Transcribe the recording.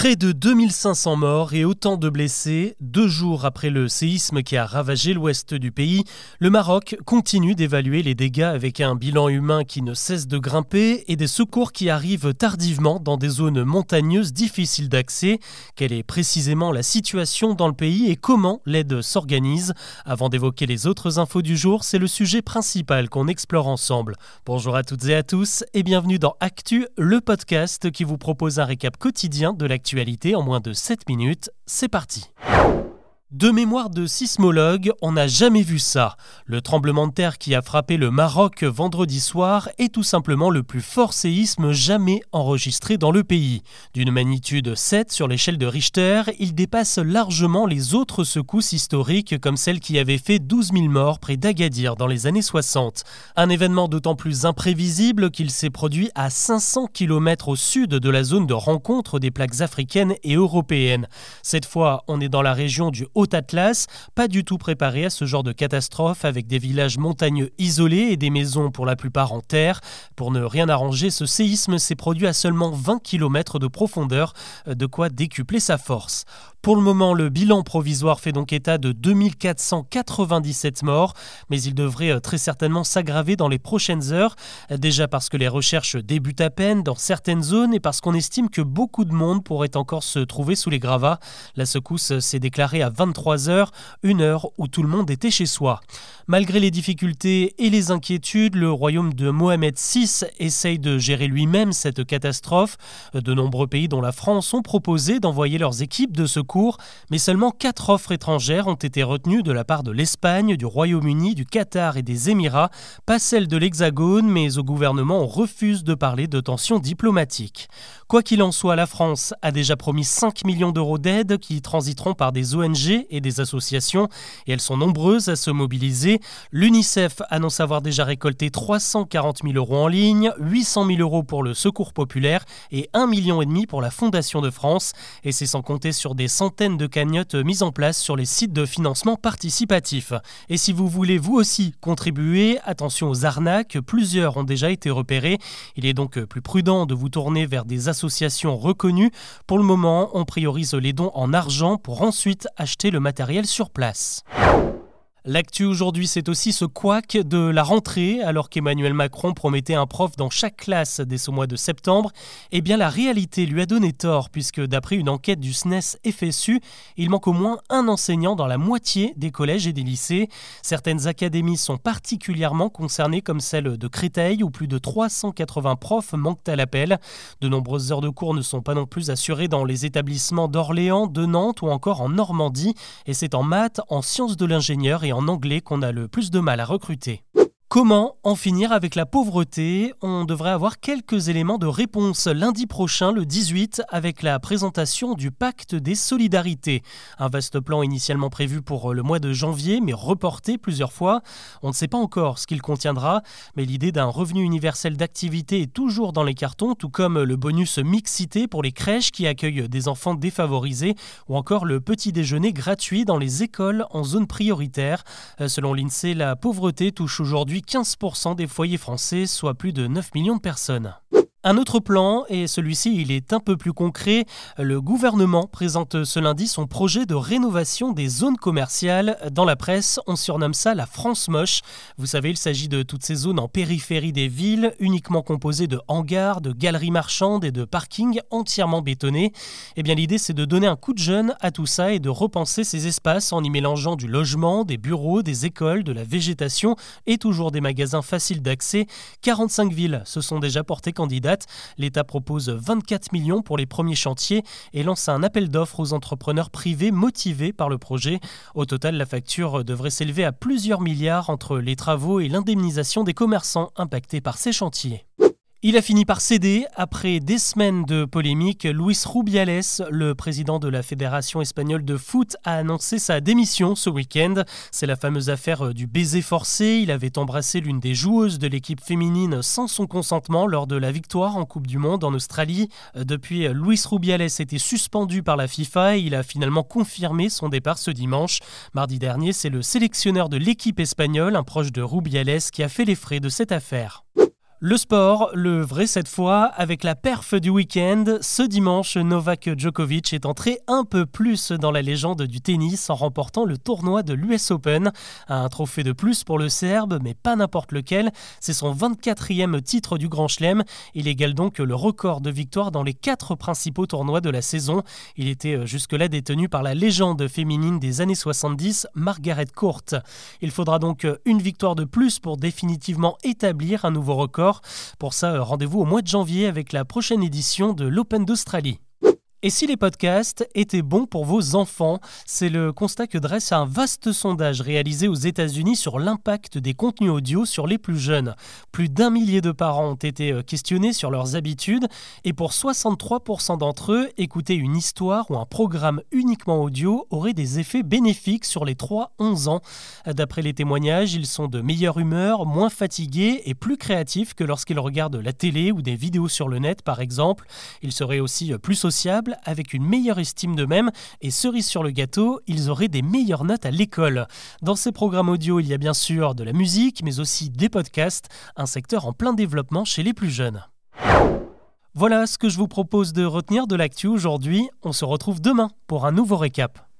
Près de 2500 morts et autant de blessés, 2 jours après le séisme qui a ravagé l'ouest du pays, le Maroc continue d'évaluer les dégâts avec un bilan humain qui ne cesse de grimper et des secours qui arrivent tardivement dans des zones montagneuses difficiles d'accès. Quelle est précisément la situation dans le pays et comment l'aide s'organise? Avant d'évoquer les autres infos du jour, c'est le sujet principal qu'on explore ensemble. Bonjour à toutes et à tous et bienvenue dans Actu, le podcast qui vous propose un récap quotidien de l'actualité en moins de 7 minutes. C'est parti. De mémoire de sismologue, on n'a jamais vu ça. Le tremblement de terre qui a frappé le Maroc vendredi soir est tout simplement le plus fort séisme jamais enregistré dans le pays. D'une magnitude 7 sur l'échelle de Richter, il dépasse largement les autres secousses historiques comme celle qui avait fait 12 000 morts près d'Agadir dans les années 60. Un événement d'autant plus imprévisible qu'il s'est produit à 500 km au sud de la zone de rencontre des plaques africaines et européennes. Cette fois, on est dans la région du Haut-Atlas, pas du tout préparé à ce genre de catastrophe avec des villages montagneux isolés et des maisons pour la plupart en terre. Pour ne rien arranger, ce séisme s'est produit à seulement 20 km de profondeur, de quoi décupler sa force. Pour le moment, le bilan provisoire fait donc état de 2497 morts, mais il devrait très certainement s'aggraver dans les prochaines heures, déjà parce que les recherches débutent à peine dans certaines zones et parce qu'on estime que beaucoup de monde pourrait encore se trouver sous les gravats. La secousse s'est déclarée à 23h, une heure où tout le monde était chez soi. Malgré les difficultés et les inquiétudes, le royaume de Mohamed VI essaye de gérer lui-même cette catastrophe. De nombreux pays, dont la France, ont proposé d'envoyer leurs équipes de secours, mais seulement 4 offres étrangères ont été retenues de la part de l'Espagne, du Royaume-Uni, du Qatar et des Émirats, pas celles de l'Hexagone, mais au gouvernement on refuse de parler de tensions diplomatiques. Quoi qu'il en soit, la France a déjà promis 5 millions d'euros d'aide qui transiteront par des ONG et des associations, et elles sont nombreuses à se mobiliser. L'UNICEF annonce avoir déjà récolté 340 000 euros en ligne, 800 000 euros pour le Secours populaire et 1,5 million pour la Fondation de France. Et c'est sans compter sur des centaines de cagnottes mises en place sur les sites de financement participatif. Et si vous voulez vous aussi contribuer, attention aux arnaques, plusieurs ont déjà été repérées. Il est donc plus prudent de vous tourner vers des associations reconnues. Pour le moment, on priorise les dons en argent pour ensuite acheter le matériel sur place. L'actu aujourd'hui, c'est aussi ce couac de la rentrée. Alors qu'Emmanuel Macron promettait un prof dans chaque classe dès ce mois de septembre, eh bien la réalité lui a donné tort puisque d'après une enquête du SNES FSU, il manque au moins un enseignant dans la moitié des collèges et des lycées. Certaines académies sont particulièrement concernées comme celle de Créteil où plus de 380 profs manquent à l'appel. De nombreuses heures de cours ne sont pas non plus assurées dans les établissements d'Orléans, de Nantes ou encore en Normandie. Et c'est en maths, en sciences de l'ingénieur et en anglais qu'on a le plus de mal à recruter. Comment en finir avec la pauvreté? On devrait avoir quelques éléments de réponse lundi prochain, le 18, avec la présentation du pacte des solidarités. Un vaste plan initialement prévu pour le mois de janvier, mais reporté plusieurs fois. On ne sait pas encore ce qu'il contiendra, mais l'idée d'un revenu universel d'activité est toujours dans les cartons, tout comme le bonus mixité pour les crèches qui accueillent des enfants défavorisés, ou encore le petit déjeuner gratuit dans les écoles en zone prioritaire. Selon l'INSEE, la pauvreté touche aujourd'hui 15% des foyers français, soit plus de 9 millions de personnes. Un autre plan, et celui-ci il est un peu plus concret, le gouvernement présente ce lundi son projet de rénovation des zones commerciales. Dans la presse, on surnomme ça la France moche. Vous savez, il s'agit de toutes ces zones en périphérie des villes, uniquement composées de hangars, de galeries marchandes et de parkings entièrement bétonnés. Eh bien l'idée c'est de donner un coup de jeune à tout ça et de repenser ces espaces en y mélangeant du logement, des bureaux, des écoles, de la végétation et toujours des magasins faciles d'accès. 45 villes se sont déjà portées candidates. L'État propose 24 millions pour les premiers chantiers et lance un appel d'offres aux entrepreneurs privés motivés par le projet. Au total, la facture devrait s'élever à plusieurs milliards entre les travaux et l'indemnisation des commerçants impactés par ces chantiers. Il a fini par céder. Après des semaines de polémique, Luis Rubiales, le président de la Fédération espagnole de foot, a annoncé sa démission ce week-end. C'est la fameuse affaire du baiser forcé. Il avait embrassé l'une des joueuses de l'équipe féminine sans son consentement lors de la victoire en Coupe du Monde en Australie. Depuis, Luis Rubiales était suspendu par la FIFA et il a finalement confirmé son départ ce dimanche. Mardi dernier, c'est le sélectionneur de l'équipe espagnole, un proche de Rubiales, qui a fait les frais de cette affaire. Le sport, le vrai cette fois, avec la perf du week-end. Ce dimanche, Novak Djokovic est entré un peu plus dans la légende du tennis en remportant le tournoi de l'US Open. Un trophée de plus pour le Serbe, mais pas n'importe lequel. C'est son 24e titre du Grand Chelem. Il égale donc le record de victoires dans les 4 principaux tournois de la saison. Il était jusque-là détenu par la légende féminine des années 70, Margaret Court. Il faudra donc une victoire de plus pour définitivement établir un nouveau record. Pour ça, rendez-vous au mois de janvier avec la prochaine édition de l'Open d'Australie. Et si les podcasts étaient bons pour vos enfants? C'est le constat que dresse un vaste sondage réalisé aux États-Unis sur l'impact des contenus audio sur les plus jeunes. Plus d'1 millier de parents ont été questionnés sur leurs habitudes et pour 63% d'entre eux, écouter une histoire ou un programme uniquement audio aurait des effets bénéfiques sur les 3-11 ans. D'après les témoignages, ils sont de meilleure humeur, moins fatigués et plus créatifs que lorsqu'ils regardent la télé ou des vidéos sur le net par exemple. Ils seraient aussi plus sociables, avec une meilleure estime d'eux-mêmes et cerise sur le gâteau, ils auraient des meilleures notes à l'école. Dans ces programmes audio, il y a bien sûr de la musique, mais aussi des podcasts, un secteur en plein développement chez les plus jeunes. Voilà ce que je vous propose de retenir de l'actu aujourd'hui. On se retrouve demain pour un nouveau récap.